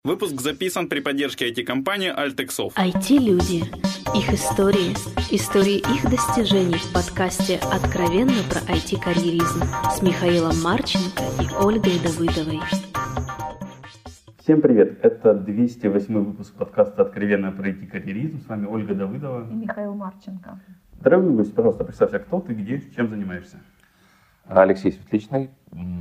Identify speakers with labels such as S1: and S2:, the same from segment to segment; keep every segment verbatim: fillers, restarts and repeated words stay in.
S1: Выпуск записан при поддержке ай ти-компании Altexov.
S2: ай ти-люди. Их истории. Истории их достижений в подкасте «Откровенно про ай ти-карьеризм» с Михаилом Марченко и Ольгой Давыдовой.
S1: Всем привет! Это двести восьмой выпуск подкаста «Откровенно про ай ти-карьеризм». С вами Ольга Давыдова
S3: и Михаил Марченко.
S1: Дорогой гость, пожалуйста, представься, кто ты, где, чем занимаешься?
S4: Алексей Светличный.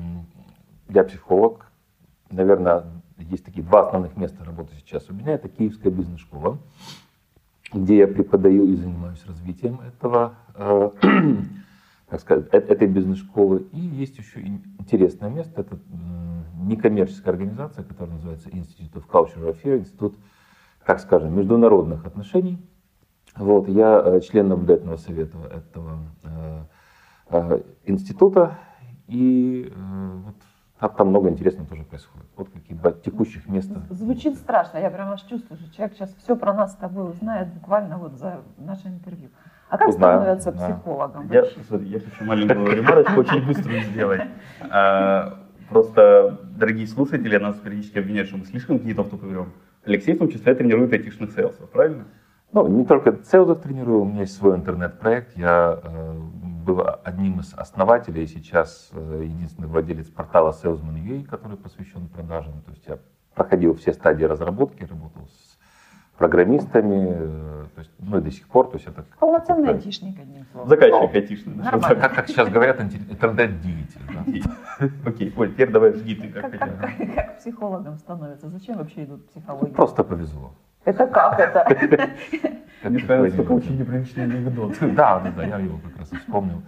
S4: Я психолог. Наверное, есть такие два основных места работы сейчас у меня. Это Киевская бизнес-школа, где я преподаю и занимаюсь развитием этого, э, как сказать, этой бизнес-школы. И есть еще интересное место. Это некоммерческая организация, которая называется Institute of Cultural Affairs, институт, как скажем, международных отношений. Вот, я член наблюдательного совета этого э, э, института. И э, вот там, там много интересного тоже происходит. Вот какие два текущих места.
S3: Звучит страшно. Я прямо аж чувствую, что человек сейчас все про нас с тобой узнает буквально вот за наше интервью. А как
S4: Узнаю,
S3: становятся
S4: узнаю.
S3: психологом?
S1: Я, смотри, я хочу маленькую ремарочку, очень быструю сделать. А, просто, дорогие слушатели, нас периодически обвиняют, что мы слишком какие-то автоповерем. Алексей в том числе тренирует айтишных сейлсов, правильно?
S4: Ну, не только сейлсов тренирую, у меня есть свой интернет-проект. Я э, был одним из основателей, и сейчас э, единственный владелец портала Salesman точка ю а, который посвящен продажам. То есть я проходил все стадии разработки, работал с программистами, э, то есть, ну и до сих пор. То есть это
S3: полноценный айтишник, одним словом.
S1: Заказчик айтишный.
S4: Как, как сейчас говорят, интернет-двигатель. Да?
S1: Окей, Оль, теперь давай жги ты. Как,
S3: как, как, как, как психологом становятся? Зачем вообще идут психологи?
S4: Просто повезло.
S3: Это как это?
S1: Мне кажется, это очень неприличный анекдот.
S4: Да, да, да, я его как раз и вспомнил.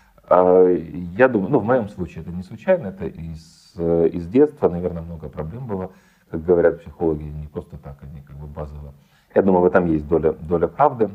S4: Я думаю, ну в моем случае это не случайно, это из, из детства, наверное, много проблем было. Как говорят психологи, не просто так, они как бы базово. Я думаю, в этом есть доля, доля правды.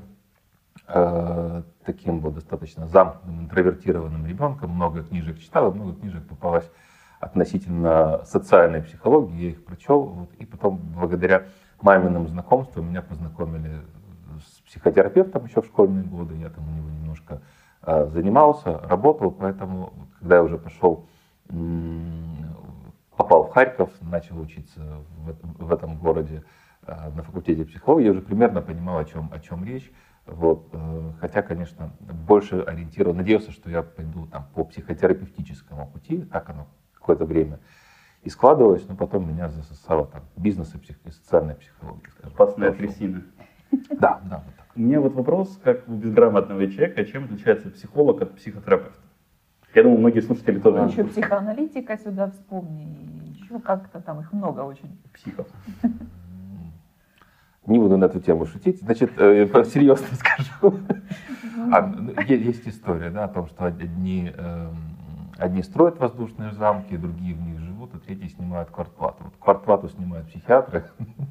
S4: Таким был достаточно замкнутым, интровертированным ребенком, много книжек читал, много книжек попалось относительно социальной психологии, я их прочел, вот, и потом благодаря маминым знакомствам меня познакомили с психотерапевтом еще в школьные годы, я там у него немножко э, занимался, работал, поэтому когда я уже пошел, м- попал в Харьков, начал учиться в, в этом городе э, на факультете психологии, я уже примерно понимал, о чем, о чем речь, вот, э, хотя, конечно, больше ориентировал, надеялся, что я пойду там по психотерапевтическому пути, так оно какое-то время и складывалось, но потом меня засосало там бизнес и, псих... и социальная психология.
S1: Опасная трясина.
S4: Да, да, вот так.
S1: У меня вот вопрос, как у безграмотного человека, чем отличается психолог от психотерапевта? Я думаю, многие слушатели тоже...
S3: Ну, еще психоаналитика сюда вспомни, еще как-то там их много очень.
S1: Психов.
S4: Не буду на эту тему шутить, значит, э, серьезно скажу. А, есть история, да, о том, что одни... Э, Одни строят воздушные замки, другие в них живут, а третьи снимают квартплату. Вот квартплату снимают психиатры.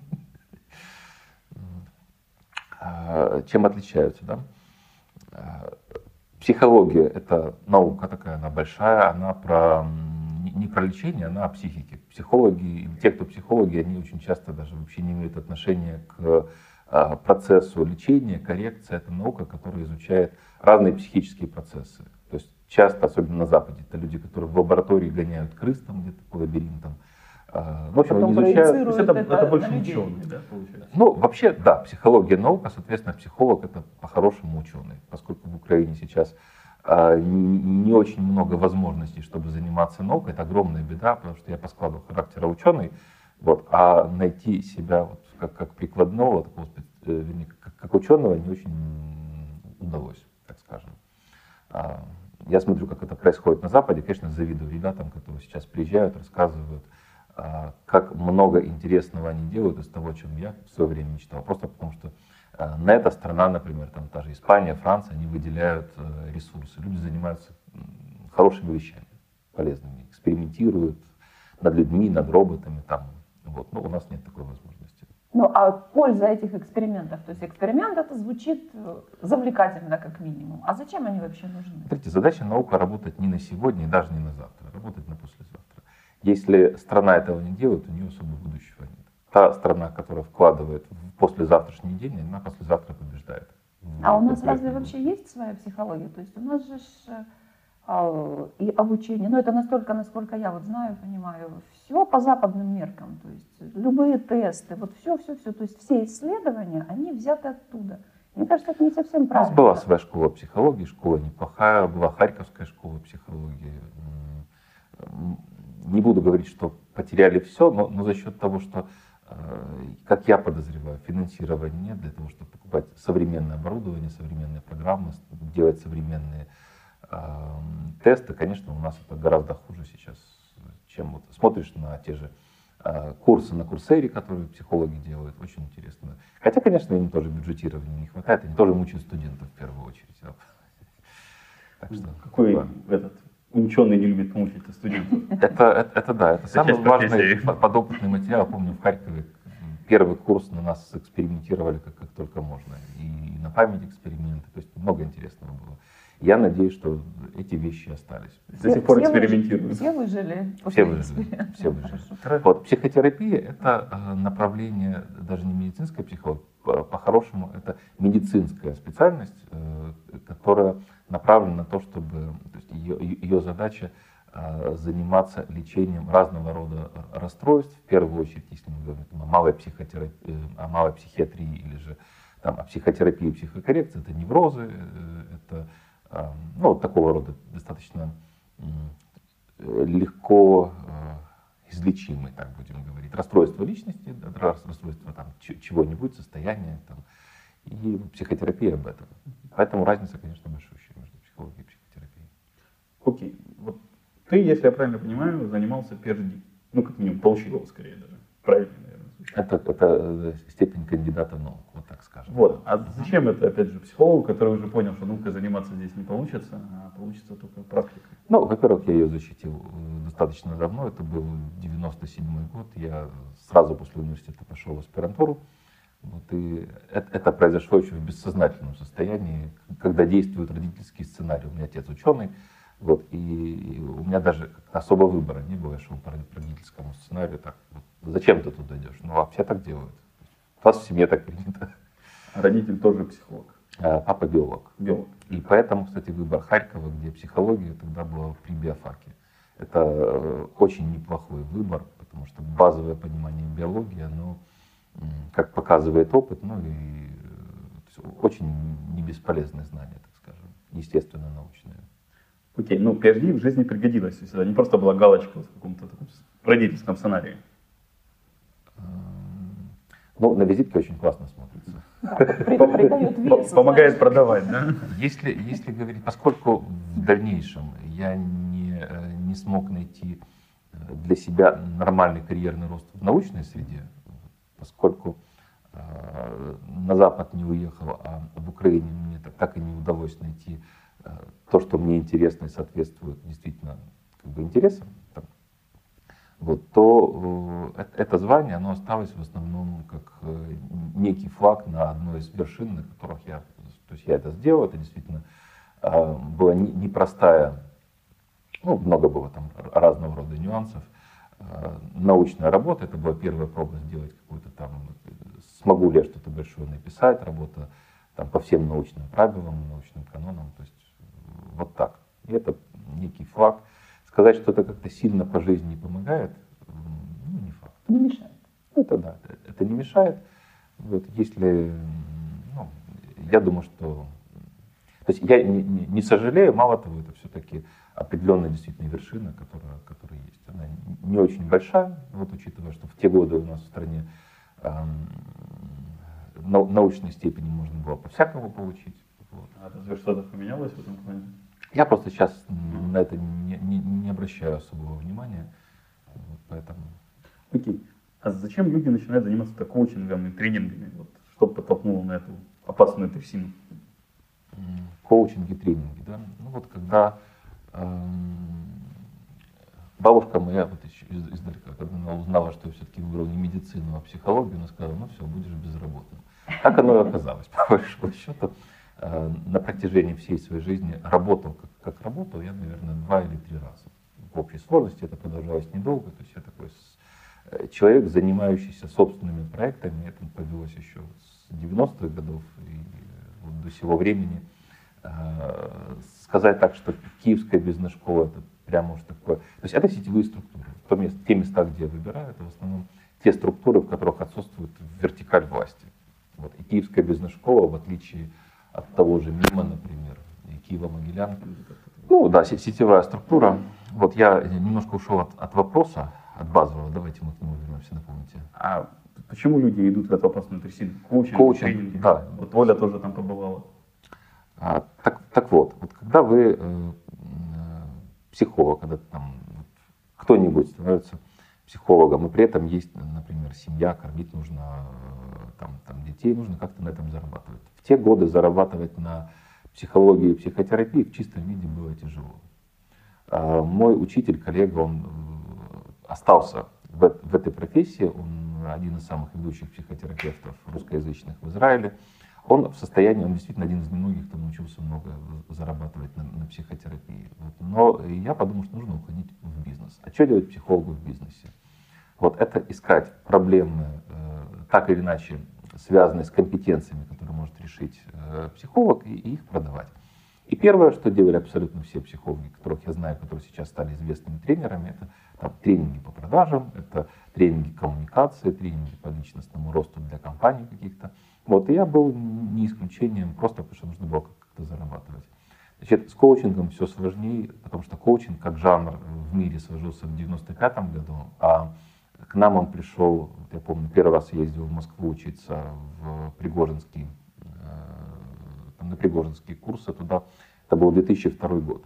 S4: Чем отличаются? Да? Психология – это наука такая, она большая, она про, не про лечение, она о психике. Психологи, те, кто психологи, они очень часто даже вообще не имеют отношения к процессу лечения, коррекции. Это наука, которая изучает разные психические процессы. То есть часто, особенно на Западе, это люди, которые в лаборатории гоняют крыс там где-то по лабиринтам. В общем, они изучают...
S1: То есть это, это, это больше ученые, да, получается?
S4: Ну, вообще, да, психология наука, соответственно, психолог это по-хорошему ученый. Поскольку в Украине сейчас а, не очень много возможностей, чтобы заниматься наукой, это огромная беда, потому что я по складу характера ученый, вот, а найти себя вот, как, как прикладного, такого, вернее, как, как ученого не очень удалось, так скажем. Я смотрю, как это происходит на Западе, конечно, завидую ребятам, которые сейчас приезжают, рассказывают, как много интересного они делают из того, о чем я в свое время мечтал. Просто потому что на эта страна, например, там та же Испания, Франция, они выделяют ресурсы. Люди занимаются хорошими вещами, полезными, экспериментируют над людьми, над роботами. Там, вот. Но у нас нет такой возможности.
S3: Ну, а польза этих экспериментов? То есть эксперимент это звучит завлекательно как минимум. А зачем они вообще нужны?
S4: Смотрите, задача наука работать не на сегодня и даже не на завтра, работать на послезавтра. Если страна этого не делает, у нее особо будущего нет. Та страна, которая вкладывает в послезавтрашний день, она послезавтра побеждает.
S3: А у нас разве вообще есть своя психология? То есть у нас же а, и обучение, ну это настолько, насколько я вот знаю, понимаю, все по западным меркам, то есть любые тесты, вот все-все-все, то есть все исследования, они взяты оттуда. Мне кажется, это не совсем
S4: У нас
S3: правильно.
S4: была своя школа психологии, школа неплохая, была Харьковская школа психологии. Не буду говорить, что потеряли все, но, но за счет того, что, как я подозреваю, финансирования нет для того, чтобы покупать современное оборудование, современные программы, делать современные э, тесты, конечно, у нас это гораздо хуже сейчас, чем вот смотришь на те же э, курсы на Курсере, которые психологи делают, очень интересно. Хотя, конечно, им тоже бюджетирования не хватает, они тоже мучают студентов в первую очередь. Так что,
S1: Какой
S4: да.
S1: этот ученый не любит мучить студентов?
S4: Это, это, это да, это, это самый важный
S1: профессии.
S4: подопытный материал. Помню, в Харькове первый курс на нас экспериментировали как, как только можно. И на память эксперименты, то есть много интересного было. Я надеюсь, что эти вещи остались.
S1: До сих пор
S3: все выжили-
S1: экспериментируют.
S3: Все выжили.
S4: Все
S3: после
S4: выжили,
S3: эксперимента.
S4: все выжили.
S3: Хорошо.
S4: Вот, психотерапия – это э, направление, даже не медицинская психология, по- по-хорошему это медицинская специальность, э, которая направлена на то, чтобы, то есть ее, ее задача э, заниматься лечением разного рода расстройств, в первую очередь, если мы говорим о малой психотерапии, о малой психиатрии или же там, о психотерапии и психокоррекции, это неврозы, э, это э, ну, вот такого рода достаточно э, легко э, излечимые, так будем говорить, расстройство личности, да, расстройство там, ч- чего-нибудь, состояния, там, и психотерапия об этом. Поэтому разница, конечно, большущая между психологией и психотерапией.
S1: Окей, вот ты, если я правильно понимаю, занимался пи эйч ди, ну как минимум получил его скорее даже, правильно, наверное, звучит.
S4: Это, это степень кандидата наук, вот так скажем.
S1: Вот, а зачем это, опять же, психологу, который уже понял, что наукой заниматься здесь не получится, а получится только практикой?
S4: Ну, во-первых, я ее защитил э, достаточно давно, это был девяносто седьмой год, я сразу после университета пошел в аспирантуру, вот, и это, это произошло еще в бессознательном состоянии, когда действует родительский сценарий. У меня отец ученый, вот, и, и у меня даже особо выбора не было, я шел по родительскому сценарию, так, вот, зачем ты туда идешь? Ну, вообще так делают, у вас в семье так принято.
S1: А родитель тоже психолог,
S4: А папа биолог.
S1: биолог.
S4: И поэтому, кстати, выбор Харькова, где психология тогда была при биофаке. Это э, очень неплохой выбор, потому что базовое понимание биологии, оно, м, как показывает опыт, ну и э, то есть очень не бесполезные знания, так скажем, естественно-научные.
S1: Окей, ну пи эйч ди в жизни пригодилось, то есть это не просто была галочка в каком-то таком родительском сценарии.
S4: Эм, Ну, на визитке очень классно смотрится.
S3: Да, при- придает вес,
S1: Помогает
S3: знаешь.
S1: продавать, да?
S4: Если, если говорить, поскольку в дальнейшем я не, э, не смог найти э, для себя нормальный карьерный рост в научной среде, поскольку э, на Запад не уехал, а в Украине мне так, так и не удалось найти э, то, что мне интересно и соответствует действительно как бы, интересам, там, вот, то э, это звание, оно осталось в основном как э, некий флаг на одной из вершин, на которых я, то есть я это сделал, это действительно э, была не- непростая, ну, много было там разного рода нюансов, э, научная работа, это была первая проба сделать какую-то там, смогу ли я что-то большое написать, работа там по всем научным правилам, научным канонам, то есть вот так. И это некий флаг. Сказать, что это как-то сильно по жизни помогает, ну, не факт.
S3: Не мешает.
S4: Это да, это не мешает. Вот, если, ну, я думаю, что, то есть я не, не- не сожалею, мало того, это все-таки определенная действительно вершина, которая, которая есть. Она не очень большая, вот учитывая, что в те годы у нас в стране эм, нау- научной степени можно было по-всякому получить. Вот.
S1: А разве что-то поменялось в этом плане?
S4: Я просто сейчас на это не, не- не обращаю особого внимания, вот, поэтому.
S1: Окей. А зачем люди начинают заниматься так коучингом и тренингами? Вот, что подтолкнуло на эту опасную трясину?
S4: М, коучинги, тренинги, да. Ну вот когда эм, бабушка моя вот еще из- издалека, когда она узнала, что я все-таки выбрал не медицину, а психологию, она сказала, ну все, будешь безработным. Так оно и оказалось, по большому счету. Э, На протяжении всей своей жизни работал, как, как работал, я, наверное, два или три раза. В общей сложности это продолжалось недолго, то есть я такой с- э, человек, занимающийся собственными проектами, это повелось еще с девяностых годов и э, вот до сего времени. Э, Сказать так, что Киевская бизнес-школа это прямо уж такое. То есть это сетевые структуры. то место, те места, где выбирают, в основном те структуры, в которых отсутствует вертикаль власти. Вот. И Киевская бизнес-школа, в отличие от того же МИМа, например, и Киева-Могилянки, ну да, сетевая структура. Вот я немножко ушел от, от вопроса, от базового, давайте мы к нему вернемся, напомните.
S1: А почему люди идут в эту опасную трясину? Коучинг,
S4: Коучинг,
S1: тренинги.
S4: да.
S1: Вот Оля тоже там побывала.
S4: А, так, так вот, вот, когда вы э, психолог, когда там кто-нибудь становится психологом, и при этом есть, например, семья, кормить нужно, там, там, детей, нужно как-то на этом зарабатывать. В те годы зарабатывать на психологии и психотерапии в чистом виде было тяжело. А мой учитель, коллега, он остался в, в этой профессии, он один из самых ведущих психотерапевтов русскоязычных в Израиле. Он в состоянии, он действительно один из немногих, кто научился много зарабатывать на, на психотерапии. Вот. Но я подумал, что нужно уходить в бизнес. А что делать психологу в бизнесе? Вот это искать проблемы, э, так или иначе связанные с компетенциями, которые может решить э, психолог, и, и их продавать. И первое, что делали абсолютно все психологи, которых я знаю, которые сейчас стали известными тренерами, это там, тренинги по продажам, это тренинги коммуникации, тренинги по личностному росту для компаний каких-то. Вот, и я был не исключением, просто потому что нужно было как-то зарабатывать. Значит, с коучингом все сложнее, потому что коучинг как жанр в мире сложился в девяносто пятом году, а к нам он пришел, я помню, первый раз я ездил в Москву учиться в Пригожинский, там, на Пригожинские курсы туда, это был две тысячи второй год.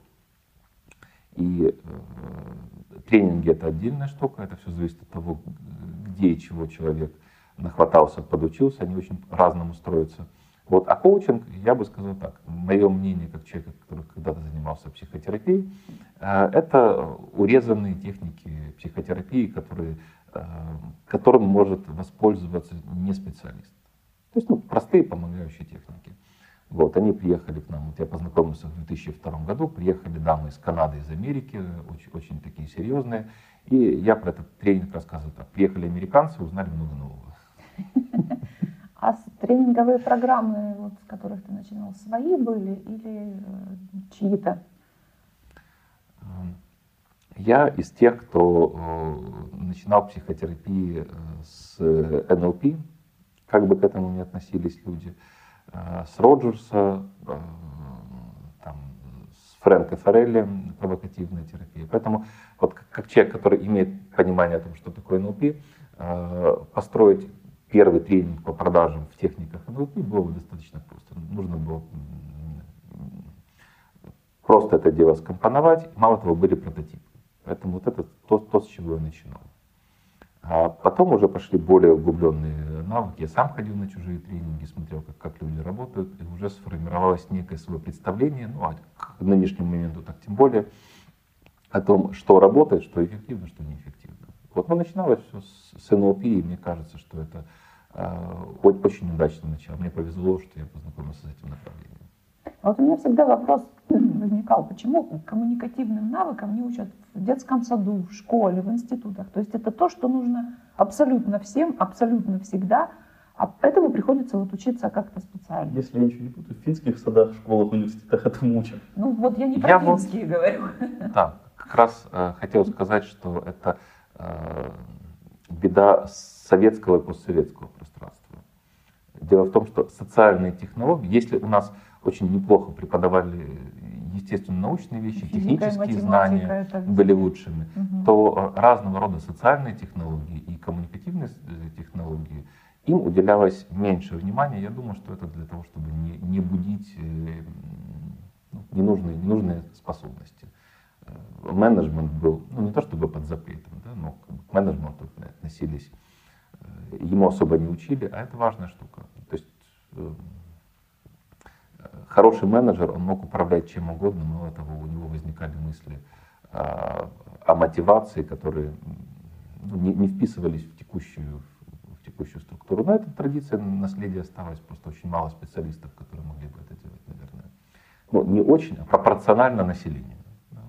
S4: И э, тренинги это отдельная штука, это все зависит от того, где и чего человек нахватался, подучился, они очень по-разному строятся. Вот. А коучинг, я бы сказал так, мое мнение, как человека, который когда-то занимался психотерапией, э, это урезанные техники психотерапии, которые, э, которым может воспользоваться не специалист. То есть ну, простые помогающие техники. Вот, они приехали к нам, вот я познакомился в две тысячи втором году, приехали дамы из Канады, из Америки, очень, очень такие серьезные, и я про этот тренинг рассказываю так. Приехали американцы, узнали много нового.
S3: А тренинговые программы, вот, с которых ты начинал, свои были или чьи-то?
S4: Я из тех, кто начинал психотерапии с эн эл пи, как бы к этому ни относились люди, с Роджерса, там, с Фрэнка Форелли, провокативная терапия. Поэтому вот как человек, который имеет понимание о том, что такое эн эл пи, построить первый тренинг по продажам в техниках эн эл пи было достаточно просто. Нужно было просто это дело скомпоновать, мало того, были прототипы. Поэтому вот это то, то с чего я начинал. А потом уже пошли более углубленные навыки. Я сам ходил на чужие тренинги, смотрел, как, как люди работают, и уже сформировалось некое свое представление, ну а к нынешнему моменту так тем более, о том, что работает, что эффективно, что неэффективно. Вот, но начиналось все с, с эн эл пи, и мне кажется, что это э, очень удачно начало. Мне повезло, что я познакомился с этим направлением.
S3: А вот у меня всегда вопрос возникал, почему коммуникативным навыкам не учат в детском саду, в школе, в институтах. То есть это то, что нужно абсолютно всем, абсолютно всегда, а этому приходится вот учиться как-то специально.
S1: Если я ничего не путаю, в финских садах, школах, университетах этому учат.
S3: Ну вот я не про
S4: Я
S3: финские вот, говорю.
S4: Да, как раз э, хотел сказать, что это э, беда советского и постсоветского пространства. Дело в том, что социальные технологии, если у нас очень неплохо преподавали естественно-научные вещи,
S3: физика,
S4: технические знания были лучшими, угу. то разного рода социальные технологии и коммуникативные технологии, им уделялось меньше внимания. Я думаю, что это для того, чтобы не, не будить ненужные, ненужные способности. Менеджмент был, ну не то чтобы под запретом, да, но к менеджменту относились, ему особо не учили, а это важная штука. То есть хороший менеджер, он мог управлять чем угодно, но этого у него возникали мысли о, о мотивации, которые ну, не, не вписывались в текущую, в текущую структуру. Но эта традиция наследия осталась, просто очень мало специалистов, которые могли бы это делать, наверное. Ну, не очень, а пропорционально населению. Да.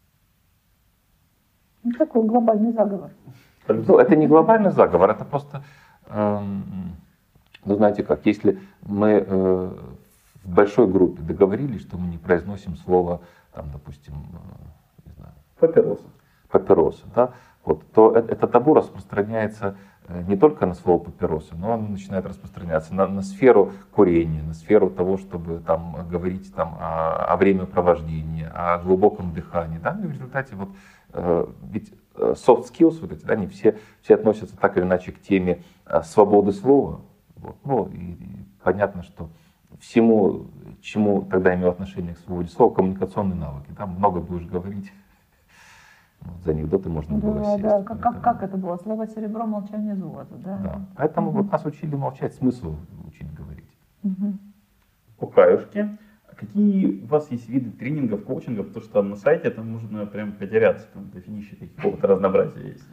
S3: Ну, такой глобальный заговор.
S4: Ну, это не глобальный заговор, это просто, э, ну знаете как, если мы э, в большой группе договорились, что мы не произносим слово, там, допустим, не знаю,
S1: папироса.
S4: Папироса, да. вот, то это, это табу распространяется не только на слово папиросы, но оно начинает распространяться на, на сферу курения, на сферу того, чтобы там, говорить там, о, о времяпровождении, о глубоком дыхании. Да? И в результате вот, э, ведь soft skills, вот эти, да, они все, все относятся так или иначе к теме э, свободы слова. Вот. Ну, и, и понятно, что всему, чему тогда имел отношение к свободе слова, коммуникационные навыки. Там много будешь говорить. Вот, за анекдоты можно
S3: да,
S4: было сесть.
S3: Да, как, как, как это было? Слово серебро, молчание золото. Да?
S4: Да. Поэтому
S3: угу.
S4: вот нас учили молчать, смысл учить говорить.
S3: Угу.
S1: По краюшке. А какие у вас есть виды тренингов, коучинга? Потому что на сайте там можно прям потеряться, там дофинища какого-то разнообразия есть.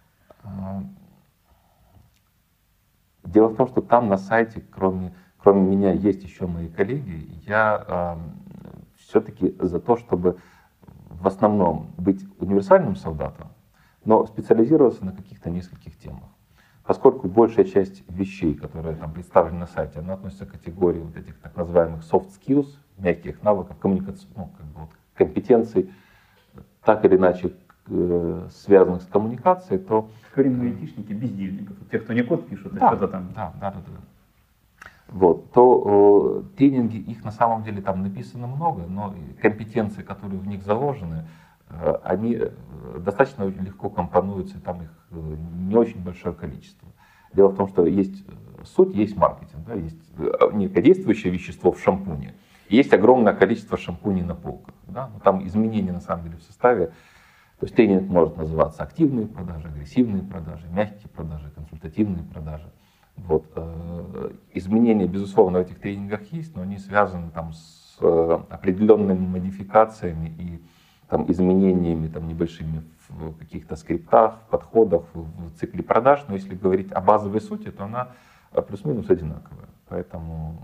S4: Дело в том, что там на сайте, кроме, кроме меня, есть еще мои коллеги. Я э, все-таки за то, чтобы в основном быть универсальным солдатом, но специализироваться на каких-то нескольких темах. Поскольку большая часть вещей, которые там представлены на сайте, она относится к категории вот этих так называемых soft skills, мягких навыков, коммуникации, ну, как бы вот, компетенций, так или иначе э, связанных с коммуникацией, то...
S1: Говорим мы айтишники, бездельников, те, кто не код пишут, а
S4: да,
S1: что-то там...
S4: Да, да, да, да. Вот, то э, тренинги, их на самом деле там написано много, но компетенции, которые в них заложены, э, они э, достаточно легко компонуются, там их э, не очень большое количество. Дело в том, что есть суть, есть маркетинг, да, есть некое действующее вещество в шампуне, и есть огромное количество шампуней на полках. Да, но там изменения на самом деле в составе. То есть тренинг может называться активные продажи, агрессивные продажи, мягкие продажи, консультативные продажи. Вот. Изменения, безусловно, в этих тренингах есть, но они связаны там, с определенными модификациями и там, изменениями там, небольшими в каких-то скриптах, в подходах, в цикле продаж. Но если говорить о базовой сути, то она плюс-минус одинаковая. Поэтому...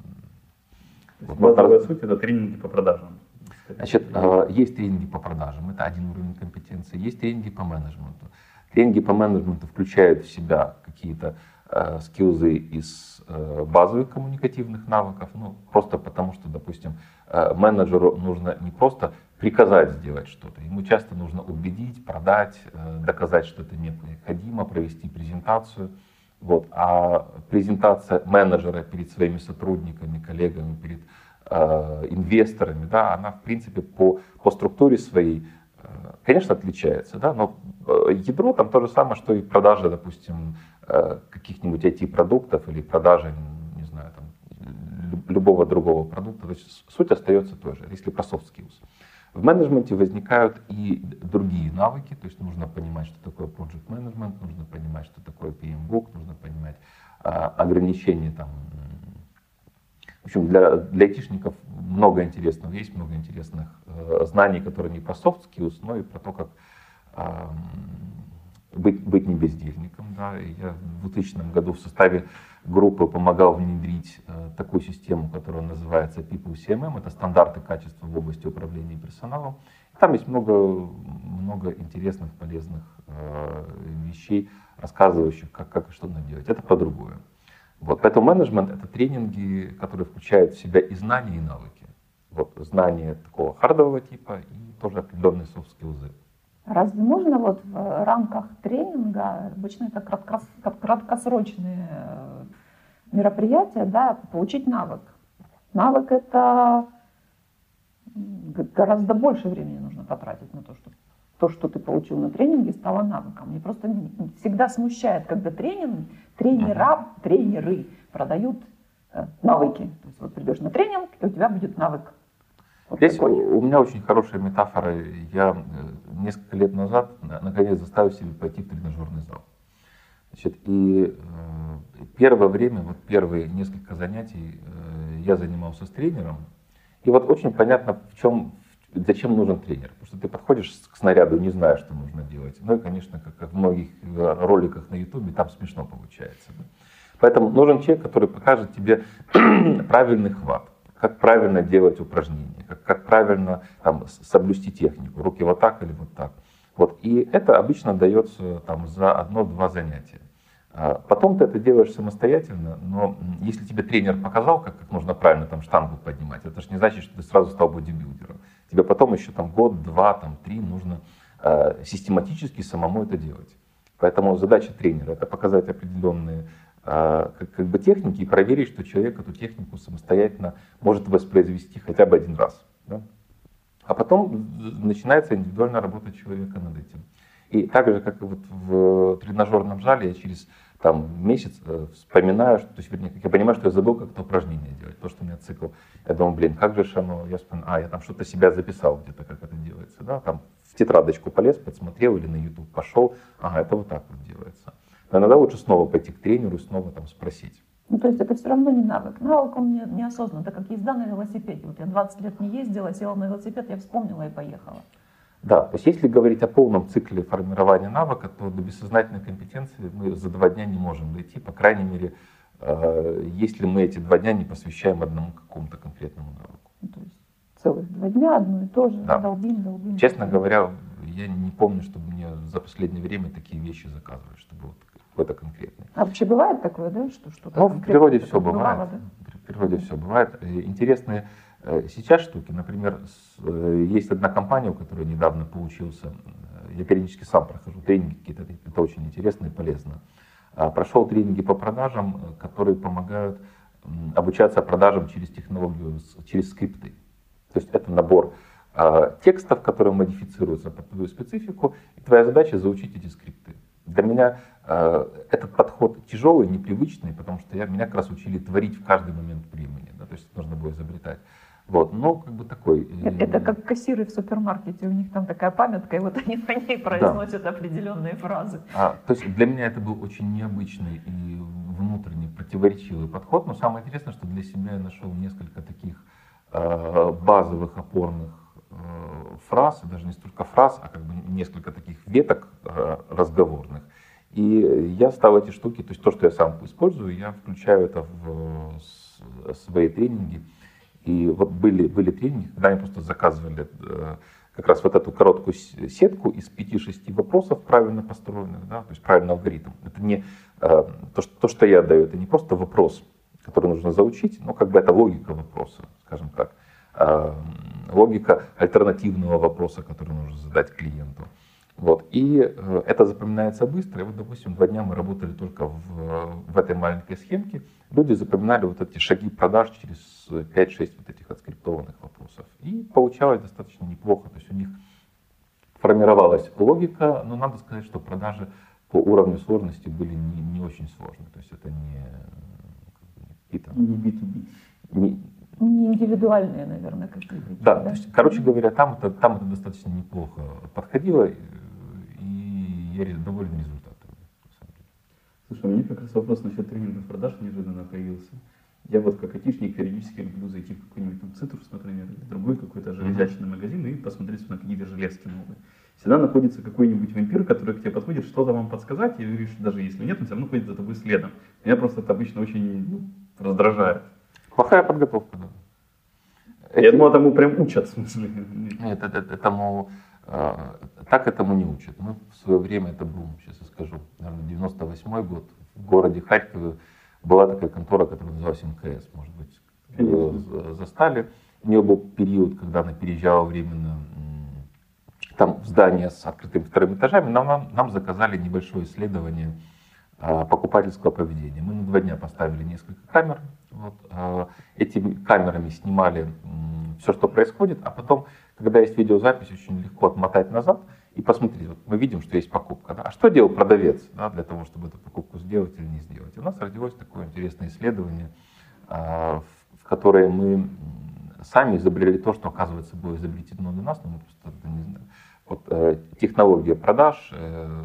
S1: Вот базовая суть — это тренинги по продажам.
S4: Значит, есть тренинги по продажам, это один уровень компетенции, есть тренинги по менеджменту. Тренинги по менеджменту включают в себя какие-то э, скиллзы из э, базовых коммуникативных навыков, ну, просто потому что, допустим, э, менеджеру нужно не просто приказать сделать что-то, ему часто нужно убедить, продать, э, доказать, что это необходимо, провести презентацию. Вот. А презентация менеджера перед своими сотрудниками, коллегами, перед инвесторами, да, она в принципе по, по структуре своей, конечно, отличается, да, но ядро там то же самое, что и продажа, допустим, каких-нибудь ай ти-продуктов или продажа, не знаю, там, любого другого продукта, то есть суть остается той же, если про soft skills. В менеджменте возникают и другие навыки, то есть нужно понимать, что такое project management, нужно понимать, что такое пи эм book, нужно понимать а, ограничения там. В общем, для, для айтишников много интересного есть, много интересных э, знаний, которые не про soft skills, но и про то, как э, быть, быть не бездельником. Да. И я в двухтысячном году в составе группы помогал внедрить э, такую систему, которая называется People си эм эм. Это стандарты качества в области управления персоналом. И там есть много, много интересных, полезных э, вещей, рассказывающих, как, как и что надо делать. Это про другое. Вот, поэтому менеджмент — это тренинги, которые включают в себя и знания, и навыки. Вот, знания такого хардового типа и тоже определенные софт-скиллзы.
S3: Разве можно вот в рамках тренинга, обычно это краткос, краткосрочные мероприятия, да, получить навык? Навык — это гораздо больше времени нужно потратить на то, чтобы то, что ты получил на тренинге, стало навыком. Мне просто всегда смущает, когда тренинг, тренера, тренеры продают э, навыки. То есть вот придешь на тренинг, и у тебя будет навык. Вот
S4: Здесь
S3: такой.
S4: У меня очень хорошая метафора. Я несколько лет назад наконец заставил себя пойти в тренажерный зал. Значит, и э, первое время, вот первые несколько занятий э, я занимался с тренером. И вот очень понятно, в чем, зачем нужен тренер. Потому что ты подходишь к снаряду, не зная, что нужно делать. Ну и, конечно, как, как в многих роликах на ютубе, там смешно получается. Да? Поэтому нужен человек, который покажет тебе правильный хват, как правильно делать упражнения, как, как правильно там, соблюсти технику, руки вот так или вот так. Вот. И это обычно дается там, за одно-два занятия. Потом ты это делаешь самостоятельно, но если тебе тренер показал, как, как нужно правильно там, штангу поднимать, это же не значит, что ты сразу стал бодибилдером. Тебе потом еще там, год, два, там, три нужно систематически самому это делать. Поэтому задача тренера – это показать определенные как, как бы техники и проверить, что человек эту технику самостоятельно может воспроизвести хотя бы один раз. Да? А потом начинается индивидуальная работа человека над этим. И так же, как и вот в тренажерном зале, я через там, месяц вспоминаю, что, то есть, вернее, как я понимаю, что я забыл как-то упражнение делать, то, что у меня цикл. Я думаю, блин, как же оно, я вспоминаю, а, я там что-то себя записал где-то, как это делается, да, там в тетрадочку полез, подсмотрел или на YouTube пошел, ага, это вот так вот делается. Но иногда лучше снова пойти к тренеру и снова там спросить.
S3: Ну, то есть это все равно не навык. Навык он не, неосознанно, так как езда на велосипеде. Вот я двадцать лет не ездила, села на велосипед, я вспомнила и поехала.
S4: Да, то есть если говорить о полном цикле формирования навыка, то до бессознательной компетенции мы за два дня не можем дойти, по крайней мере, если мы эти два дня не посвящаем одному какому-то конкретному навыку.
S3: Ну, то есть целых два дня одно и то же,
S4: да.
S3: долбим, долбим.
S4: Честно говоря, я не помню, чтобы мне за последнее время такие вещи заказывали, чтобы вот какой-то конкретный.
S3: А вообще бывает такое, да, что что-то?
S4: Ну, в природе все бывает.
S3: Бывало, да?
S4: В природе все бывает. Интересные сейчас штуки, например, есть одна компания, у которой недавно получился, я периодически сам прохожу тренинги какие-то, это очень интересно и полезно. Прошел тренинги по продажам, которые помогают обучаться продажам через технологию, через скрипты. То есть это набор текстов, которые модифицируются под твою специфику, и твоя задача заучить эти скрипты. Для меня этот подход тяжелый, непривычный, потому что я, меня как раз учили творить в каждый момент времени, да, то есть нужно было изобретать. Вот, но как бы такой.
S3: Это, это как кассиры в супермаркете, у них там такая памятка, и вот они по ней произносят да. определенные фразы.
S4: А, то есть для меня это был очень необычный и внутренний противоречивый подход, но самое интересное, что для себя я нашел несколько таких э, базовых опорных э, фраз, и даже не столько фраз, а как бы несколько таких веток э, разговорных. И я стал эти штуки, то есть то, что я сам использую, я включаю это в свои тренинги. И вот были, были тренинги, когда они просто заказывали э, как раз вот эту короткую сетку из пяти-шести вопросов правильно построенных, да, то есть правильный алгоритм. Это не э, то, что, то, что я даю, это не просто вопрос, который нужно заучить, но как бы это логика вопроса, скажем так, э, логика альтернативного вопроса, который нужно задать клиенту. Вот. И э, это запоминается быстро. И вот, допустим, два дня мы работали только в, в этой маленькой схемке. Люди запоминали вот эти шаги продаж через пять-шесть вот этих отскриптованных вопросов. И получалось достаточно неплохо. То есть у них формировалась логика, но надо сказать, что продажи по уровню сложности были не, не очень сложные. То есть это не какие-то...
S1: Не би ту би.
S4: Не,
S3: Не индивидуальные, наверное, какие-то.
S4: Да, да? То есть, короче говоря, там это, там это достаточно неплохо подходило. И я доволен результатами.
S1: Слушай, у меня как раз вопрос насчет тренингов продаж неожиданно появился. Я вот как айтишник периодически люблю зайти в какой-нибудь там Цитрус, например, или другой какой-то железячный магазин и посмотреть на какие-то железки новые. Всегда находится какой-нибудь вампир, который к тебе подходит, что-то вам подсказать, и говоришь, даже если нет, он все равно ходит за тобой следом. Меня просто это обычно очень ну, раздражает.
S4: Плохая подготовка, да.
S1: Я Эти... думал, этому прям учат, в смысле.
S4: Нет, этому... Так этому не учат. Мы в свое время, это был, сейчас я скажу, наверное, девяносто восьмой год, в городе Харькове была такая контора, которая называлась эм ка эс, может быть, ее застали. У нее был период, когда она переезжала временно там, в здание с открытыми вторыми этажами, но нам, нам заказали небольшое исследование а, покупательского поведения. Мы на два дня поставили несколько камер. Вот, а, этими камерами снимали м, все, что происходит, а потом, когда есть видеозапись, очень легко отмотать назад и посмотреть. Вот мы видим, что есть покупка. Да? А что делал продавец, да, для того, чтобы эту покупку сделать или не сделать? И у нас родилось такое интересное исследование, а, в, в которое мы сами изобрели то, что, оказывается, было изобретено до нас, но мы просто это не знаем. Вот, э, технология продаж, э,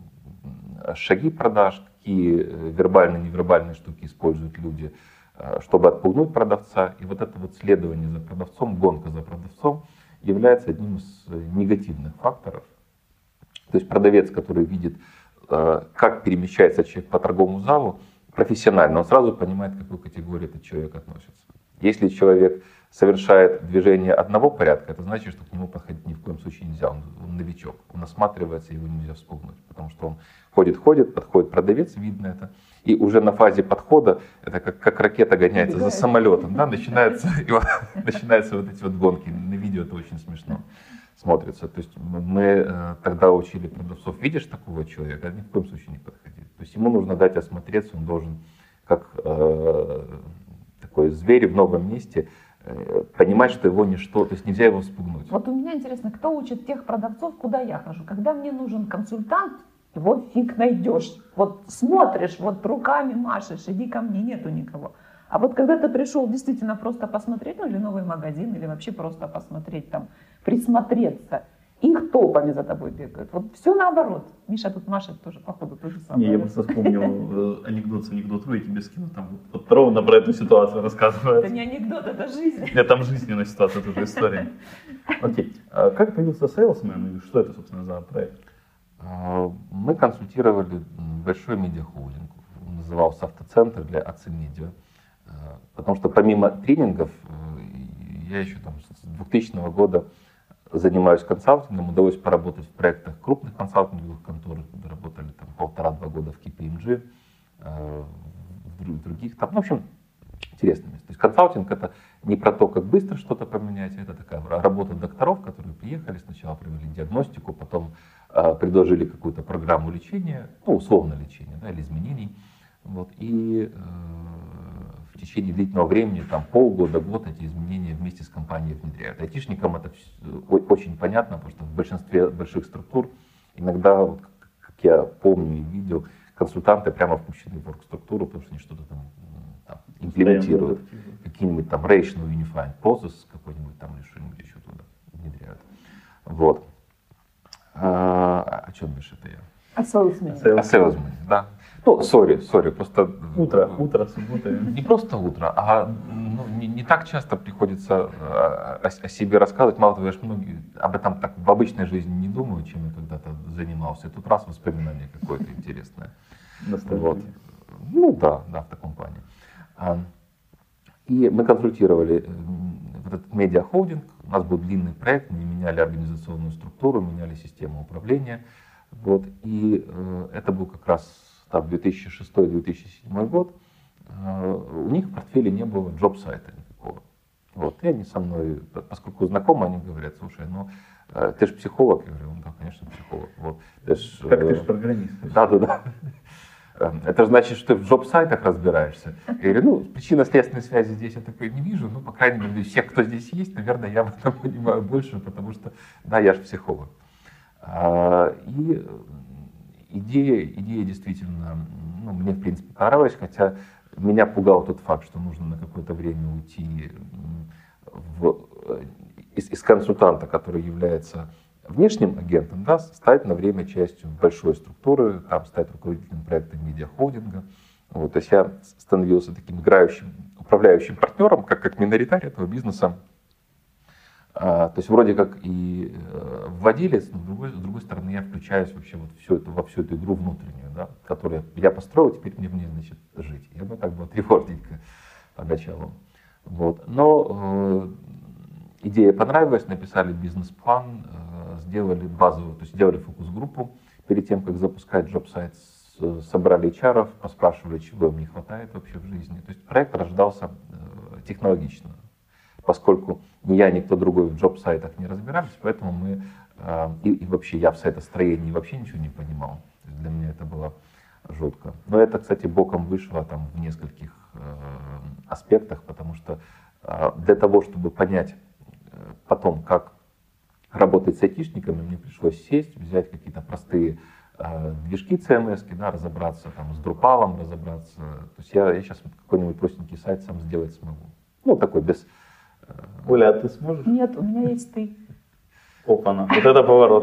S4: шаги продаж, какие вербальные, невербальные штуки используют люди, э, чтобы отпугнуть продавца. И вот это вот следование за продавцом, гонка за продавцом является одним из негативных факторов. То есть продавец, который видит, э, как перемещается человек по торговому залу, профессионально, он сразу понимает, к какой категории этот человек относится. Если человек совершает движение одного порядка, это значит, что к нему подходить ни в коем случае нельзя. Он, он новичок, он осматривается, его нельзя вспугнуть, потому что он ходит-ходит, подходит продавец, видно это. И уже на фазе подхода, это как, как ракета гоняется за самолетом, да, начинается, и вот, начинаются вот эти вот гонки. На видео это очень смешно смотрится. То есть мы тогда учили продавцов, видишь такого человека, ни в коем случае не подходи. То есть ему нужно дать осмотреться, он должен как э, такой зверь в новом месте э, понимать, что его ничто, то есть нельзя его спугнуть.
S3: Вот у меня интересно, кто учит тех продавцов, куда я хожу? Когда мне нужен консультант, его фиг найдешь. Вот смотришь, вот руками машешь, иди ко мне, нету никого. А вот когда ты пришел действительно просто посмотреть, ну или новый магазин, или вообще просто посмотреть там, присмотреться, их толпами за тобой бегают. Вот все наоборот. Миша тут машет тоже, походу, то же самое.
S1: Не, я просто вспомнил анекдот с анекдоту, я тебе скину, там вот ровно про эту ситуацию рассказывают.
S3: Это не анекдот, это жизнь.
S1: Нет, там жизненная ситуация, тоже история. Окей. А как появился Salesman и что это, собственно, за проект?
S4: Мы консультировали большой медиахолдинг, назывался «Автоцентр» для эй си Media. Потому что помимо тренингов, я еще там с двухтысячного года занимаюсь консалтингом, удалось поработать в проектах крупных консалтинговых контор, где работали там полтора-два года в кей пи эм джи, в других там, в общем, интересное место. То есть консалтинг — это не про то, как быстро что-то поменять, это такая работа докторов, которые приехали, сначала провели диагностику, потом э, предложили какую-то программу лечения, ну, условно лечение, да, или изменений. Вот, и э, в течение длительного времени, там полгода, год эти изменения вместе с компанией внедряют. Айтишникам это очень понятно, потому что в большинстве больших структур иногда, вот, как я помню и видел, консультанты прямо включены в оргструктуру, потому что они что-то там, там имплементируют, какие-нибудь там Rational Unifying Process какой-нибудь там или что-нибудь еще туда внедряют. Вот. А, о чем дальше это я?
S3: О salesman.
S4: О salesman, да. Ну, сори, сори, просто...
S1: Утро, утро, суббота.
S4: Не просто утро, а ну, не, не так часто приходится о, о себе рассказывать. Мало того, я ж многие об этом так в обычной жизни не думаю, чем я когда-то занимался. И тут раз воспоминание какое-то интересное. Вот. Ну да, да, в таком плане. И мы консультировали вот этот медиахолдинг. У нас был длинный проект, мы меняли организационную структуру, меняли систему управления. Вот. И э, это был как раз там, две тысячи шестой — две тысячи седьмой год. Э, у них в портфеле не было джоб-сайта никакого. Вот. И они со мной, поскольку знакомы, они говорят: слушай, ну э, ты же психолог. Я говорю: ну да, конечно, психолог. Вот. Ты ж,
S1: как
S4: э,
S1: ты же программист.
S4: Да, да, да. Это же значит, что ты в джоб-сайтах разбираешься. Я говорю: ну, причинно-следственной связи здесь я такой не вижу. Ну, по крайней мере, всех, кто здесь есть, наверное, я в этом понимаю больше, потому что, да, я же психолог. И идея, идея действительно, ну, мне, в принципе, понравилась, хотя меня пугал тот факт, что нужно на какое-то время уйти в, из, из консультанта, который является внешним агентом, да, стать на время частью большой структуры, там стать руководителем проекта медиахолдинга. Вот, то есть я становился таким играющим, управляющим партнером, как, как миноритарий этого бизнеса. А, то есть вроде как и э, владелец, но с другой, с другой стороны я включаюсь вообще вот всю эту, во всю эту игру внутреннюю, да, которую я построил, теперь мне в ней, значит, жить. Я бы так бы отрефортенько поначалу. Вот. Но э, идея понравилась, написали бизнес-план, э, сделали базовую, то есть сделали фокус-группу перед тем, как запускать джоб-сайт, собрали эйч ар-ов, поспрашивали, чего им не хватает вообще в жизни. То есть проект рождался э, технологично, поскольку ни я, ни кто другой в джоб-сайтах не разбирались, поэтому мы, э, и, и вообще я в сайтостроении вообще ничего не понимал. То есть для меня это было жутко. Но это, кстати, боком вышло там в нескольких э, аспектах, потому что э, для того, чтобы понять э, потом, как работать с айтишниками, мне пришлось сесть, взять какие-то простые э, движки си эм эс, да, разобраться там, с Drupal, разобраться. То есть я, я сейчас какой-нибудь простенький сайт сам сделать смогу. Ну, такой без...
S1: Оля, а ты сможешь?
S3: Нет, у меня есть ты.
S1: Опа-на, вот это поворот.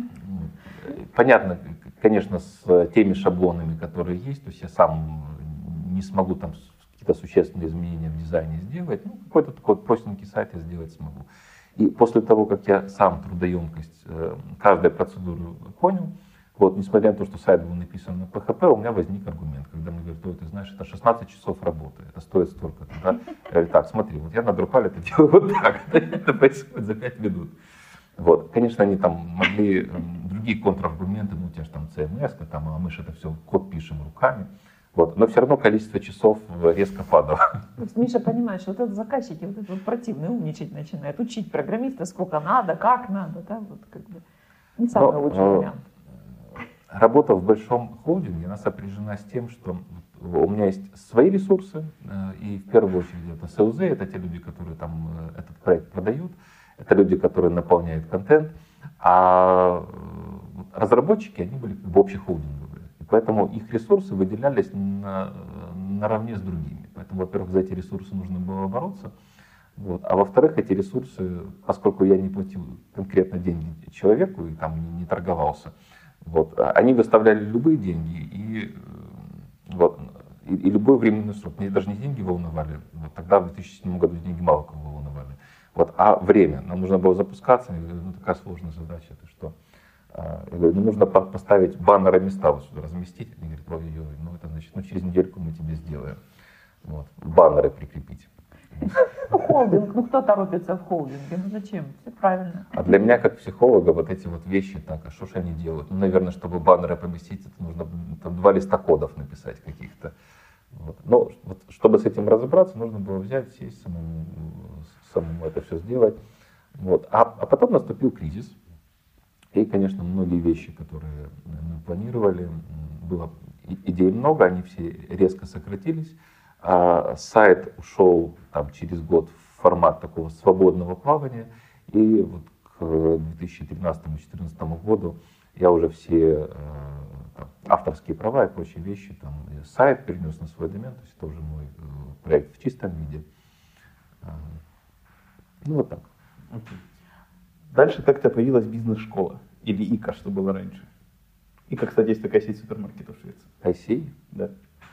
S4: Понятно, конечно, с теми шаблонами, которые есть, то есть я сам не смогу там какие-то существенные изменения в дизайне сделать, ну, какой-то такой простенький сайт я сделать смогу. И после того, как я сам трудоемкость каждой процедуры понял, вот, несмотря на то, что сайт был написан на пэ хэ пэ, у меня возник аргумент, когда мне говорят: ой, ты знаешь, это шестнадцать часов работы, это стоит столько-то. Да? Я говорю: так, смотри, вот я на Drupal это делаю вот так, это происходит за пять минут. Вот. Конечно, они там могли другие контраргументы, ну у тебя же там си эм эс, там, а мы же это все код пишем руками. Вот. Но все равно количество часов резко падало.
S3: То есть Миша понимает, что вот этот заказчики вот это вот противный умничать начинает, учить программиста сколько надо, как надо, да, вот как бы не самый
S4: Но,
S3: лучший
S4: э,
S3: вариант.
S4: Работа в большом холдинге, она сопряжена с тем, что у меня есть свои ресурсы, э, и в первую очередь это селзы, это те люди, которые там э, этот проект продают, это люди, которые наполняют контент, а э, разработчики, они были как бы общехолдинговые, и поэтому их ресурсы выделялись на, наравне с другими. Поэтому, во-первых, за эти ресурсы нужно было бороться, вот. А во-вторых, эти ресурсы, поскольку я не платил конкретно деньги человеку и там не, не торговался, вот, они выставляли любые деньги и, вот, и, и любой временный срок. Мне даже не деньги волновали, вот, тогда в две тысячи седьмом году деньги мало кого волновали, вот, а время. Нам нужно было запускаться, я говорю, ну такая сложная задача, ты что? Я говорю, ну нужно поставить баннеры места вот сюда разместить. Они говорят, ой-ой-ой, ну это значит, ну через недельку мы тебе сделаем. Вот, баннеры прикрепить.
S3: Ну, холдинг, ну кто торопится в холдинге, ну зачем, все правильно.
S4: А для меня, как психолога, вот эти вот вещи, так, а что же они делают? Ну, наверное, чтобы баннеры поместить, это нужно там два листа кодов написать каких-то. Вот. Но вот, чтобы с этим разобраться, нужно было взять, сесть, самому, самому это все сделать. Вот. А, а потом наступил кризис. И, конечно, многие вещи, которые мы планировали, было идей много, они все резко сократились. А сайт ушел там, через год в формат такого свободного плавания. И вот к две тысячи тринадцатому — две тысячи четырнадцатому году я уже все там, авторские права и прочие вещи, там, сайт перенес на свой домен, то есть это уже мой проект в чистом виде. Ну вот так.
S1: Okay. Дальше как-то появилась бизнес-школа, или ИКА, что было раньше. ИКА, кстати, есть такая сеть супермаркетов в Швеции.
S4: ай си эй?
S1: Да.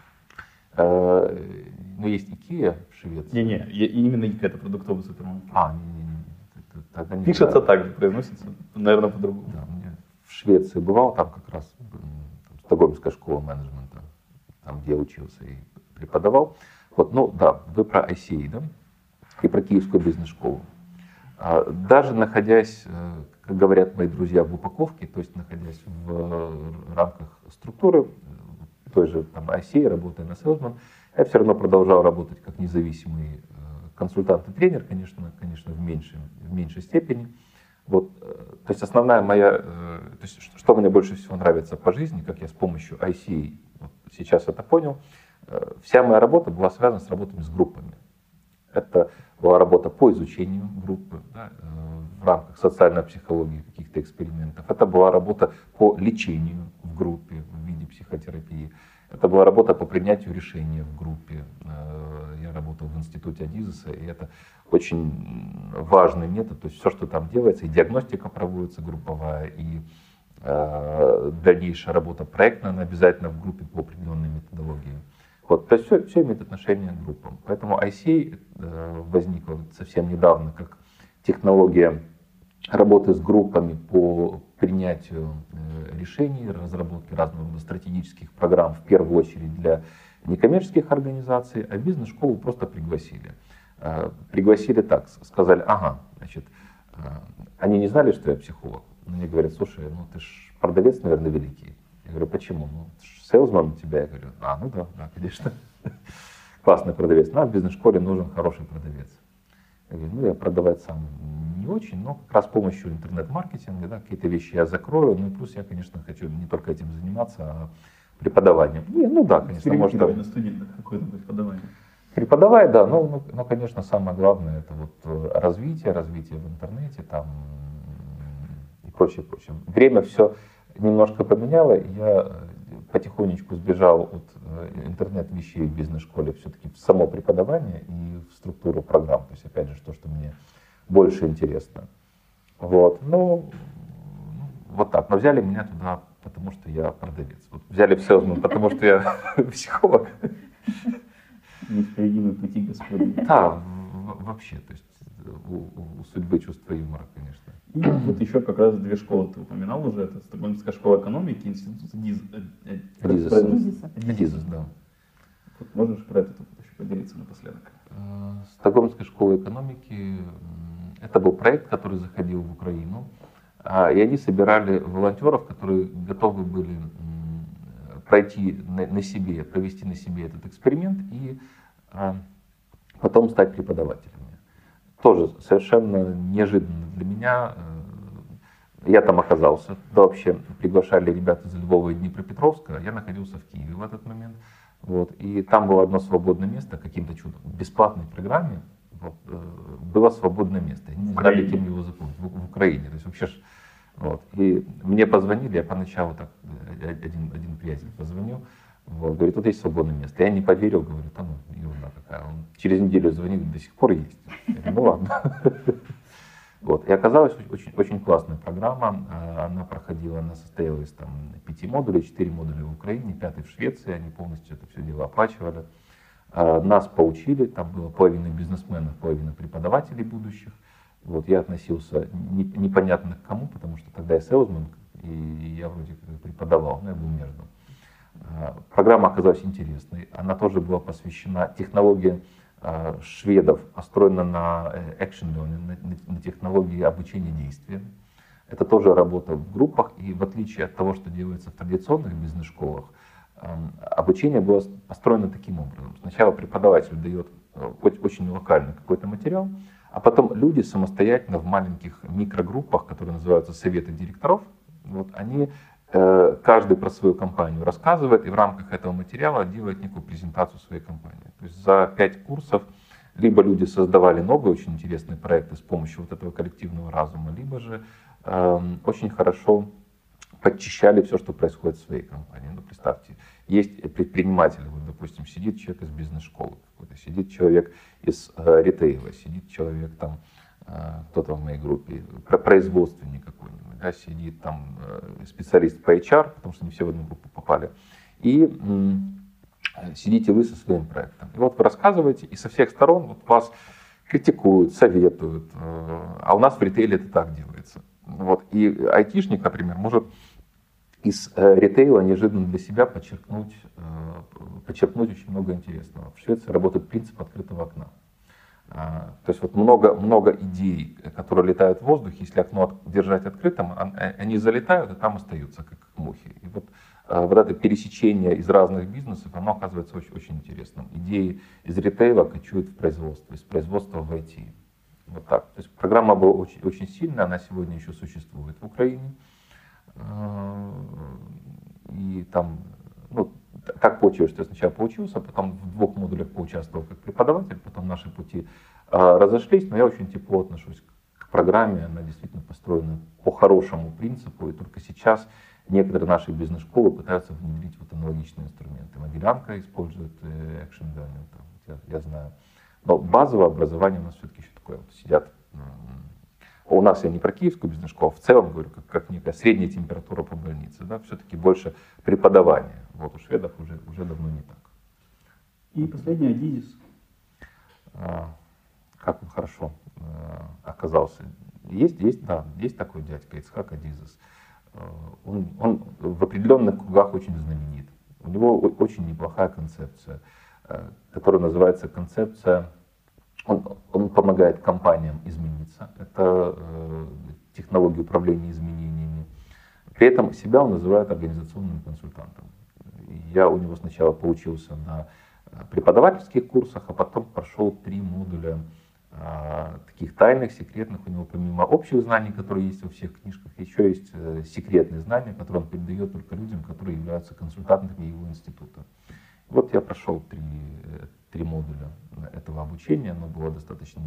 S4: А, ну, есть Икеа в Швеции.
S1: Не-не, именно ИКА — это продуктовый супермаркет.
S4: А, не-не-не.
S1: Пишется так же, произносится, наверное, по-другому.
S4: Да, мне в Швеции бывал, там как раз там, Стокгольмская школа менеджмента, там, где я учился и преподавал. Вот, ну да, вы про ай си эй, да? И про Киевскую бизнес-школу. Даже находясь, как говорят мои друзья, в упаковке, то есть находясь в рамках структуры той же там, ай си эй, работая на Salesman, я все равно продолжал работать как независимый консультант и тренер, конечно, конечно в, меньшей, в меньшей степени. Вот, то есть основная моя, то есть, что мне больше всего нравится по жизни, как я с помощью ай си эй вот, сейчас это понял, вся моя работа была связана с работами с группами. Это была работа по изучению группы, да, в рамках социальной психологии, каких-то экспериментов. Это была работа по лечению в группе в виде психотерапии. Это была работа по принятию решения в группе. Я работал в институте Адизеса, и это очень важный метод. То есть все, что там делается, и диагностика проводится групповая, и э, дальнейшая работа проектная, она обязательно в группе по определенной методологии. Вот, то есть все, все имеет отношение к группам. Поэтому ай си эй э, возникла совсем недавно как технология работы с группами по принятию э, решений, разработке разного рода стратегических программ, в первую очередь для некоммерческих организаций, а бизнес-школу просто пригласили. Э, пригласили так, сказали, ага, значит, э, они не знали, что я психолог. Мне говорят, слушай, ну ты ж продавец, наверное, великий. Я говорю, почему? Ну, сейлзман у тебя. Я говорю, а, ну да, да, конечно. Классный продавец. Нам в бизнес-школе нужен хороший продавец. Я говорю, ну я продавать сам не очень, но как раз с помощью интернет-маркетинга, да, какие-то вещи я закрою. Ну и плюс я, конечно, хочу не только этим заниматься, а преподаванием. Не, ну да, конечно, может...
S1: на студентах какое-то преподавание.
S4: Преподавать, да, но, ну, ну, конечно, самое главное это вот развитие, развитие в интернете там и прочее, прочее. Время все немножко поменяло, я потихонечку сбежал от интернет-вещей в бизнес-школе все-таки в само преподавание и в структуру программ. То есть, опять же, то, что мне больше интересно. Вот, ну, вот так. Но взяли меня туда, потому что я продавец. Вот взяли в Salesman, потому что я психолог.
S1: Неисповедимые пути Господни.
S4: Да, вообще, то есть у, у судьбы чувство юмора, конечно.
S1: И вот еще как раз две школы ты упоминал уже, это Стокгольмская школа экономики, институт
S4: Адизеса. Адизес, да.
S1: Вот можешь про это еще поделиться напоследок?
S4: Стокгольмская школа экономики, это был проект, который заходил в Украину, и они собирали волонтеров, которые готовы были пройти на, на себе, провести на себе этот эксперимент и э, потом стать преподавателями. Тоже совершенно неожиданно для меня. Э, я там оказался. Да, вообще приглашали ребят из Львова и Днепропетровска. Я находился в Киеве в этот момент. Вот, и там было одно свободное место, каким-то чудом, в бесплатной программе. Вот, э, было свободное место. Они не знали, кем его заполнить. В, в Украине. То есть вообще ж, вот. И мне позвонили, я поначалу так, один, один приятель позвонил, вот, говорит, тут есть свободное место. Я не поверил, говорю, там ерунда какая. Он через неделю звонит, до сих пор есть. Я говорю, ну ладно. Вот. И оказалась очень, очень классная программа. Она проходила, она состояла из там, пяти модулей, четыре модуля в Украине, пятый в Швеции. Они полностью это все дело оплачивали. Нас поучили, там было половина бизнесменов, половина преподавателей будущих. Вот, я относился не, непонятно к кому, потому что тогда я селсмен, и я вроде как преподавал, но я был между. Программа оказалась интересной. Она тоже была посвящена технологии шведов, построена на action learning, на, на технологии обучения действия. Это тоже работа в группах, и в отличие от того, что делается в традиционных бизнес-школах, обучение было построено таким образом. Сначала преподаватель дает очень локальный какой-то материал, а потом люди самостоятельно в маленьких микрогруппах, которые называются советы директоров, вот, они э, каждый про свою компанию рассказывает и в рамках этого материала делает некую презентацию своей компании. То есть за пять курсов либо люди создавали новые очень интересные проекты с помощью вот этого коллективного разума, либо же э, очень хорошо подчищали все, что происходит в своей компании. Ну, представьте, есть предприниматель, вот, допустим, сидит человек из бизнес-школы какой-то, сидит человек из э, ритейла, сидит человек там, э, кто-то в моей группе, производственник какой-нибудь, да, сидит там э, специалист по эйч ар, потому что не все в одну группу попали, и э, сидите вы со своим проектом. И вот вы рассказываете, и со всех сторон вот вас критикуют, советуют, э, а у нас в ритейле это так делается. Вот. И айтишник, например, может из э, ритейла неожиданно для себя подчеркнуть, э, подчеркнуть очень много интересного. В Швеции работает принцип открытого окна. А, то есть вот много, много идей, которые летают в воздухе, если окно от, держать открытым, они залетают и там остаются, как мухи. И вот, э, вот это пересечение из разных бизнесов, оно оказывается очень, очень интересным. Идеи из ритейла кочуют в производство, из производства в ай ти. Вот так. То есть программа была очень, очень сильная, она сегодня еще существует в Украине. И там, ну, так получилось, что я сначала поучился, потом в двух модулях поучаствовал как преподаватель, потом наши пути а, разошлись, но я очень тепло отношусь к программе, она действительно построена по хорошему принципу, и только сейчас некоторые наши бизнес-школы пытаются внедрить вот аналогичные инструменты. Могилянка использует э, Action Learning, там, я, я знаю. Но базовое образование у нас все-таки еще такое, вот сидят. У нас я не про киевскую бизнес-школу, в целом говорю, как, как некая средняя температура по больнице, да, все-таки больше преподавания. Вот у шведов уже, уже давно не так.
S1: И последний Adidas.
S4: А, как он хорошо а, оказался. Есть, есть, да, есть такой дядька Ицхак Адизес. Он, он в определенных кругах очень знаменит. У него очень неплохая концепция, которая называется концепция. Он, он помогает компаниям измениться. Это э, технология управления изменениями. При этом себя он называет организационным консультантом. Я у него сначала поучился на преподавательских курсах, а потом прошел три модуля э, таких тайных, секретных. У него помимо общих знаний, которые есть во всех книжках, еще есть э, секретные знания, которые он передает только людям, которые являются консультантами его института. Вот я прошел три, три модуля этого обучения, оно было достаточно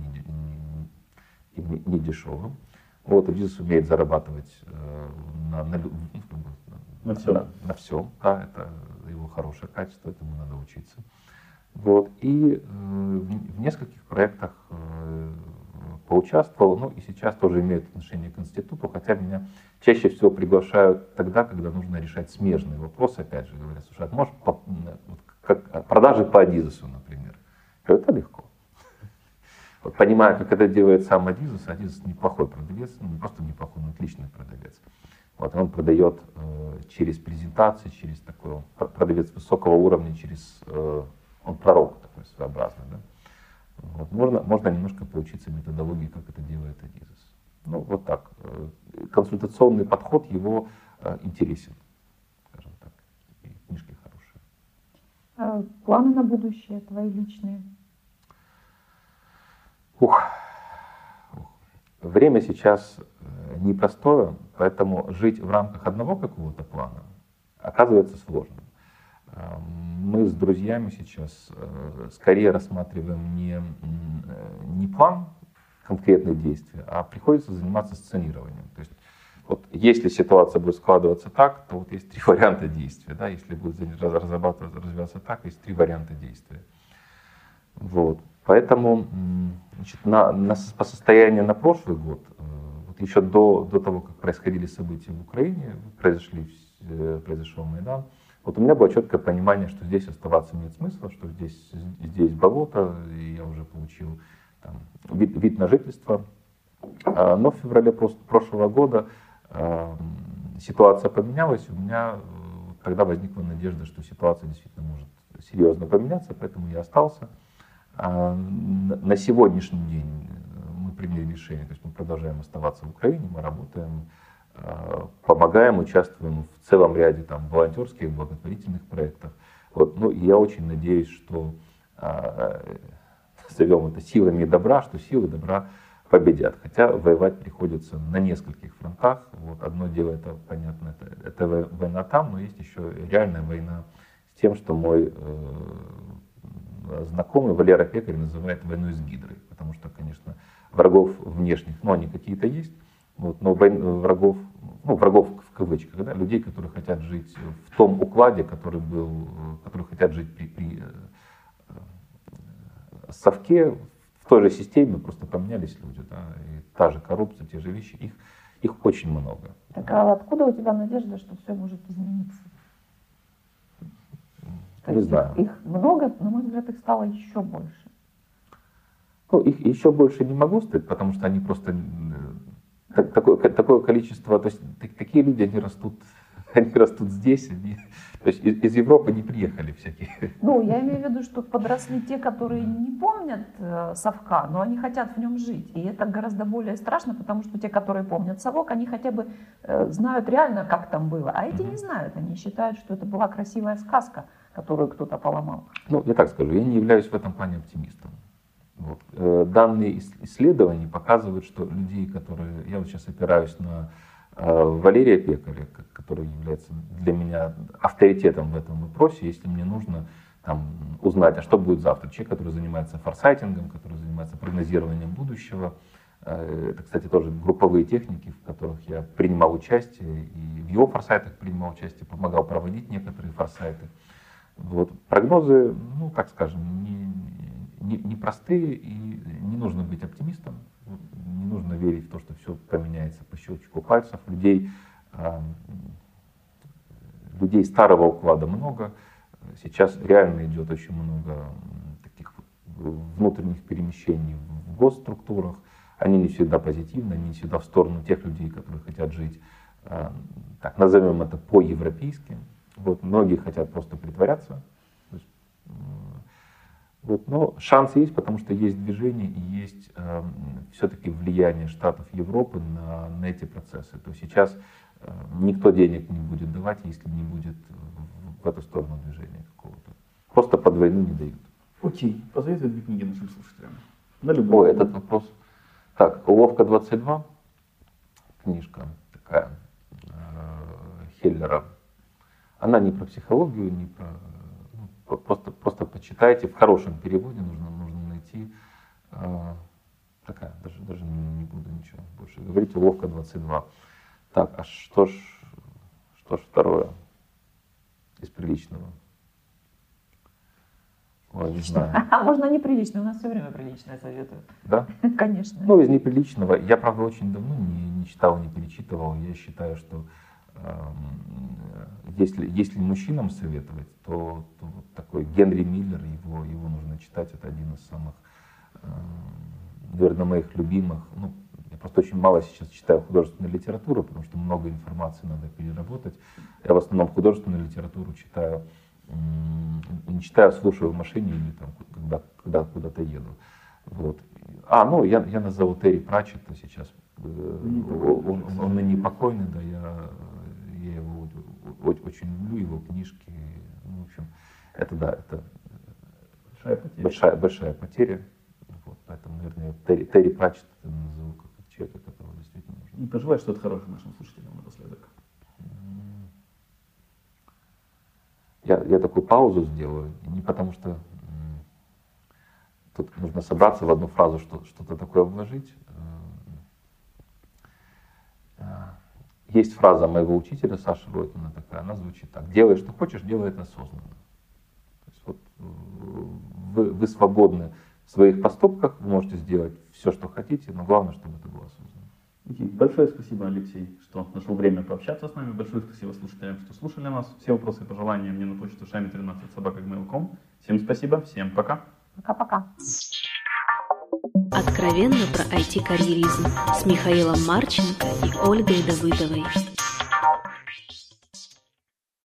S4: не, не, не дешевым. Вот, Адизес умеет зарабатывать э, на, на,
S1: на, всем.
S4: на, на всем. Да, это его хорошее качество, этому надо учиться. Вот, и э, в, в нескольких проектах э, поучаствовал, ну и сейчас тоже имеет отношение к институту, хотя меня чаще всего приглашают тогда, когда нужно решать смежные вопросы. Опять же говорят, слушай, а можешь по, вот, как, продажи по Адизесу, например. Это легко. Вот, понимая, как это делает сам Адизес, Адизес неплохой продавец, ну, не просто неплохой, но отличный продавец. Вот, он продает э, через презентации, через такой продавец высокого уровня, через э, он пророк такой своеобразный. Да? Вот, можно, можно немножко поучиться методологии, как это делает Адизес. Ну, вот так. Консультационный подход его э, интересен, скажем так, и книжки
S3: А планы на будущее твои личные?
S4: Ух. Время сейчас непростое, поэтому жить в рамках одного какого-то плана оказывается сложным. Мы с друзьями сейчас скорее рассматриваем не, не план конкретных действий, а приходится заниматься сценированием. То есть, вот, если ситуация будет складываться так, то вот есть три варианта действия. Да? Если будет разрабатываться, развиваться так, есть три варианта действия. Вот. Поэтому значит, на, на, по состоянию на прошлый год, вот еще до, до того, как происходили события в Украине, произошли, произошел Майдан, вот у меня было четкое понимание, что здесь оставаться нет смысла, что здесь, здесь болото, и я уже получил там, вид, вид на жительство. Но в феврале прошлого года э, ситуация поменялась, у меня тогда возникла надежда, что ситуация действительно может серьезно поменяться, поэтому я остался. А на сегодняшний день мы приняли решение, то есть мы продолжаем оставаться в Украине, мы работаем, помогаем, участвуем в целом ряде там, волонтерских, благотворительных проектов. Вот, ну, и я очень надеюсь, что назовем это силами добра, что силы добра победят. Хотя воевать приходится на нескольких фронтах. Вот, одно дело, это понятно, это, это война там, но есть еще реальная война с тем, что мой э, знакомый Валера Пекарь называет войной с гидрой. Потому что, конечно, врагов внешних, ну они какие-то есть, вот, но войн, врагов, ну врагов в кавычках, да, людей, которые хотят жить в том укладе, который был, которые хотят жить при, при э, совке, в той же системе, просто поменялись люди, да, и та же коррупция, те же вещи, их, их очень много.
S3: Так а откуда у тебя надежда, что все может измениться? То
S4: Не
S3: есть
S4: знаю.
S3: Их, их много, на мой взгляд, их стало еще больше.
S4: Ну, их еще больше не могу сказать, потому что они просто так, такое, такое количество, то есть такие люди, они растут, они растут здесь, они, то есть из, из Европы не приехали всякие.
S3: Ну, я имею в виду, что подросли те, которые не помнят э, совка, но они хотят в нем жить. И это гораздо более страшно, потому что те, которые помнят совок, они хотя бы э, знают реально, как там было. А эти не знают, они считают, что это была красивая сказка, которую кто-то поломал.
S4: Ну, я так скажу, я не являюсь в этом плане оптимистом. Вот. Э, данные исследований показывают, что людей, которые... Я вот сейчас опираюсь на э, Валерия Пекаря, который является для меня авторитетом в этом вопросе, если мне нужно там, узнать, а что будет завтра. Человек, который занимается форсайтингом, который занимается прогнозированием будущего. Э, это, кстати, тоже групповые техники, в которых я принимал участие, и в его форсайтах принимал участие, помогал проводить некоторые форсайты. Вот. Прогнозы, ну, так скажем, не... непростые, и не нужно быть оптимистом, не нужно верить в то, что все поменяется по щелчку пальцев. Людей, э, людей старого уклада много, сейчас реально идет очень много таких внутренних перемещений в госструктурах, они не всегда позитивны, они не всегда в сторону тех людей, которые хотят жить, э, так назовем это по-европейски. Вот, многие хотят просто притворяться. Вот, но шанс есть, потому что есть движение и есть э, все-таки влияние Штатов Европы на, на эти процессы. То есть сейчас э, никто денег не будет давать, если не будет в, в эту сторону движения какого-то. Просто под войну не дают.
S1: Окей, посоветуй две книги нашим слушателям. На любой.
S4: Ой, этот вопрос. Так, «Уловка двадцать два», книжка такая э, Хеллера. Она не про психологию, не про... Просто, просто почитайте, в хорошем переводе нужно, нужно найти. Э, такая, даже, даже не, не буду ничего больше говорить. «Уловка двадцать два». Так, а что ж, что ж второе из приличного? Ой, не знаю.
S3: А можно неприличное, у нас все время приличное советуют.
S4: Да?
S3: Конечно.
S4: Ну, из неприличного. Я, правда, очень давно не, не читал, не перечитывал. Я считаю, что Если, если мужчинам советовать, то, то вот такой Генри Миллер, его, его нужно читать, это один из самых, наверное, моих любимых. Ну, я просто очень мало сейчас читаю художественную литературу, потому что много информации надо переработать. Я в основном художественную литературу читаю, не читаю, слушаю в машине или там, когда, когда куда-то еду. Вот. А, ну, я, я назову Терри Пратчетта сейчас. Он, он ныне покойный, да, я, я его очень люблю, его книжки. Ну, в общем, это да, это
S1: Большая потеря.
S4: большая, большая потеря. Вот, поэтому, наверное, Терри, Терри Пратчетт это назову как человека, которого действительно нужно.
S1: И пожелай что-то хорошее нашим слушателям напоследок.
S4: Я, я такую паузу сделаю, не потому что м, тут нужно собраться в одну фразу, что, что-то такое вложить. Есть фраза моего учителя Саши Ройтмана такая, она звучит так: делай, что хочешь, делай это осознанно. То есть вот вы, вы свободны в своих поступках, вы можете сделать все, что хотите, но главное, чтобы это было осознанно.
S1: Большое спасибо, Алексей, что нашел время пообщаться с нами. Большое спасибо слушателям, что слушали нас. Все вопросы и пожелания мне на почту шами тринадцать собака джи мейл точка ком. Всем спасибо, всем пока.
S3: Пока-пока.
S2: Откровенно про ай ти-карьеризм с Михаилом Марченко и Ольгой Давыдовой.